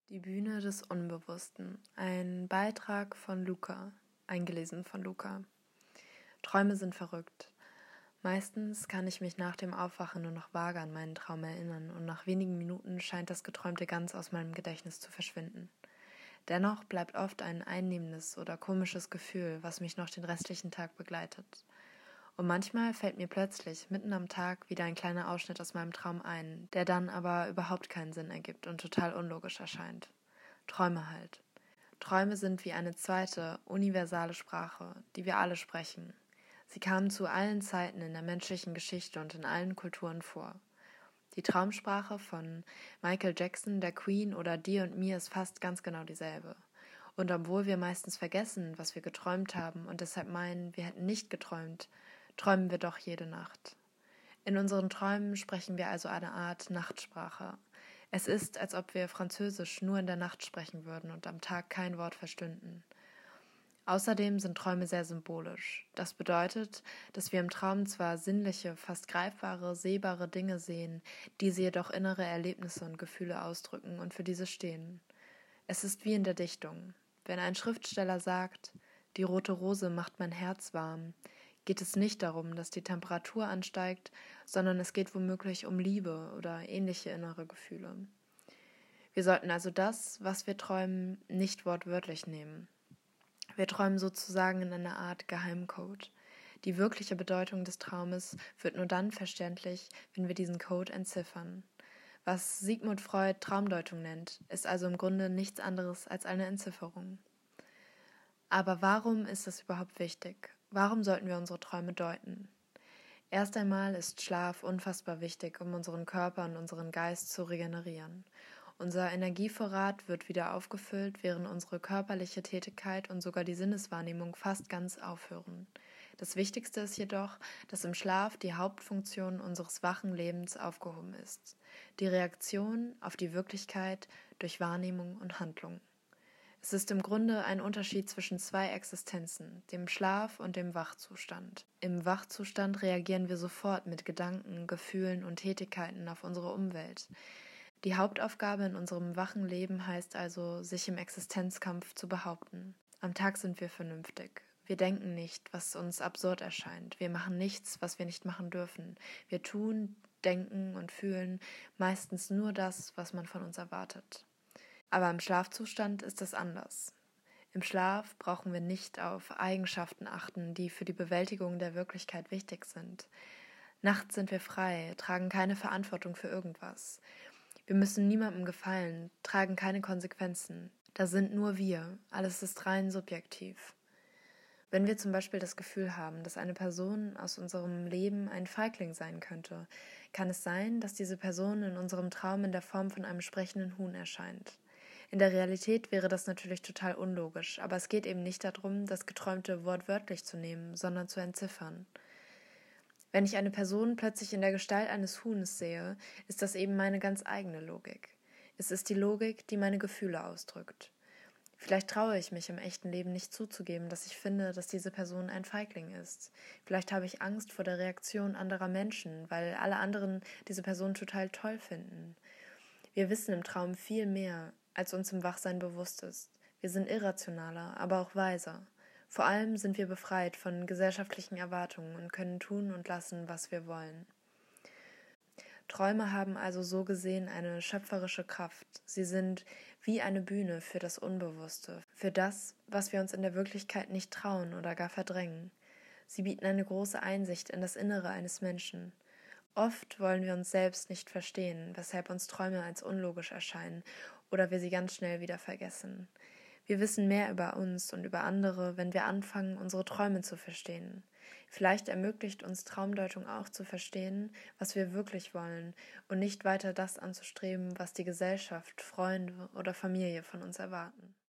Die Bühne des Unbewussten. Ein Beitrag von Luca, eingelesen von Luca. Träume sind verrückt. Meistens kann ich mich nach dem Aufwachen nur noch vage an meinen Traum erinnern und nach wenigen Minuten scheint das Geträumte ganz aus meinem Gedächtnis zu verschwinden. Dennoch bleibt oft ein einnehmendes oder komisches Gefühl, was mich noch den restlichen Tag begleitet. Und manchmal fällt mir plötzlich mitten am Tag wieder ein kleiner Ausschnitt aus meinem Traum ein, der dann aber überhaupt keinen Sinn ergibt und total unlogisch erscheint. Träume halt. Träume sind wie eine zweite, universale Sprache, die wir alle sprechen. Sie kamen zu allen Zeiten in der menschlichen Geschichte und in allen Kulturen vor. Die Traumsprache von Michael Jackson, der Queen oder dir und mir ist fast ganz genau dieselbe. Und obwohl wir meistens vergessen, was wir geträumt haben und deshalb meinen, wir hätten nicht geträumt, träumen wir doch jede Nacht. In unseren Träumen sprechen wir also eine Art Nachtsprache. Es ist, als ob wir Französisch nur in der Nacht sprechen würden und am Tag kein Wort verstünden. Außerdem sind Träume sehr symbolisch. Das bedeutet, dass wir im Traum zwar sinnliche, fast greifbare, sehbare Dinge sehen, diese jedoch innere Erlebnisse und Gefühle ausdrücken und für diese stehen. Es ist wie in der Dichtung. Wenn ein Schriftsteller sagt, die rote Rose macht mein Herz warm, geht es nicht darum, dass die Temperatur ansteigt, sondern es geht womöglich um Liebe oder ähnliche innere Gefühle. Wir sollten also das, was wir träumen, nicht wortwörtlich nehmen. Wir träumen sozusagen in einer Art Geheimcode. Die wirkliche Bedeutung des Traumes wird nur dann verständlich, wenn wir diesen Code entziffern. Was Sigmund Freud Traumdeutung nennt, ist also im Grunde nichts anderes als eine Entzifferung. Aber warum ist das überhaupt wichtig? Warum sollten wir unsere Träume deuten? Erst einmal ist Schlaf unfassbar wichtig, um unseren Körper und unseren Geist zu regenerieren. Unser Energievorrat wird wieder aufgefüllt, während unsere körperliche Tätigkeit und sogar die Sinneswahrnehmung fast ganz aufhören. Das Wichtigste ist jedoch, dass im Schlaf die Hauptfunktion unseres wachen Lebens aufgehoben ist. Die Reaktion auf die Wirklichkeit durch Wahrnehmung und Handlung. Es ist im Grunde ein Unterschied zwischen zwei Existenzen, dem Schlaf und dem Wachzustand. Im Wachzustand reagieren wir sofort mit Gedanken, Gefühlen und Tätigkeiten auf unsere Umwelt. Die Hauptaufgabe in unserem wachen Leben heißt also, sich im Existenzkampf zu behaupten. Am Tag sind wir vernünftig. Wir denken nicht, was uns absurd erscheint. Wir machen nichts, was wir nicht machen dürfen. Wir tun, denken und fühlen meistens nur das, was man von uns erwartet. Aber im Schlafzustand ist es anders. Im Schlaf brauchen wir nicht auf Eigenschaften achten, die für die Bewältigung der Wirklichkeit wichtig sind. Nachts sind wir frei, tragen keine Verantwortung für irgendwas. Wir müssen niemandem gefallen, tragen keine Konsequenzen. Da sind nur wir, alles ist rein subjektiv. Wenn wir zum Beispiel das Gefühl haben, dass eine Person aus unserem Leben ein Feigling sein könnte, kann es sein, dass diese Person in unserem Traum in der Form von einem sprechenden Huhn erscheint. In der Realität wäre das natürlich total unlogisch, aber es geht eben nicht darum, das Geträumte wortwörtlich zu nehmen, sondern zu entziffern. Wenn ich eine Person plötzlich in der Gestalt eines Huhns sehe, ist das eben meine ganz eigene Logik. Es ist die Logik, die meine Gefühle ausdrückt. Vielleicht traue ich mich im echten Leben nicht zuzugeben, dass ich finde, dass diese Person ein Feigling ist. Vielleicht habe ich Angst vor der Reaktion anderer Menschen, weil alle anderen diese Person total toll finden. Wir wissen im Traum viel mehr, als uns im Wachsein bewusst ist. Wir sind irrationaler, aber auch weiser. Vor allem sind wir befreit von gesellschaftlichen Erwartungen und können tun und lassen, was wir wollen. Träume haben also so gesehen eine schöpferische Kraft. Sie sind wie eine Bühne für das Unbewusste, für das, was wir uns in der Wirklichkeit nicht trauen oder gar verdrängen. Sie bieten eine große Einsicht in das Innere eines Menschen. Oft wollen wir uns selbst nicht verstehen, weshalb uns Träume als unlogisch erscheinen oder wir sie ganz schnell wieder vergessen. Wir wissen mehr über uns und über andere, wenn wir anfangen, unsere Träume zu verstehen. Vielleicht ermöglicht uns Traumdeutung auch zu verstehen, was wir wirklich wollen und nicht weiter das anzustreben, was die Gesellschaft, Freunde oder Familie von uns erwarten.